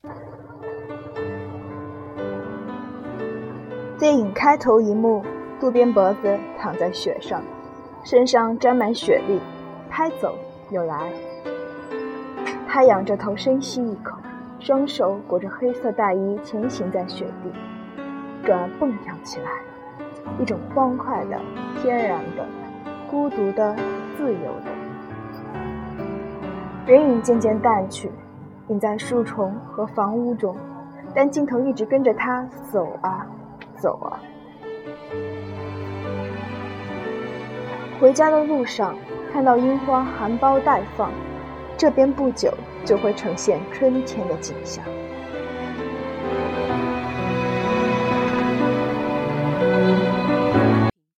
电影开头一幕，渡边博子躺在雪上，身上沾满雪粒，拍走又来。他仰着头深吸一口，双手裹着黑色大衣前行在雪地，转而蹦跳起来，一种欢快的、天然的、孤独的、自由的。人影渐渐淡去，隐在树丛和房屋中，但镜头一直跟着他走啊走啊。回家的路上，看到樱花含苞待放，这边不久就会呈现春天的景象。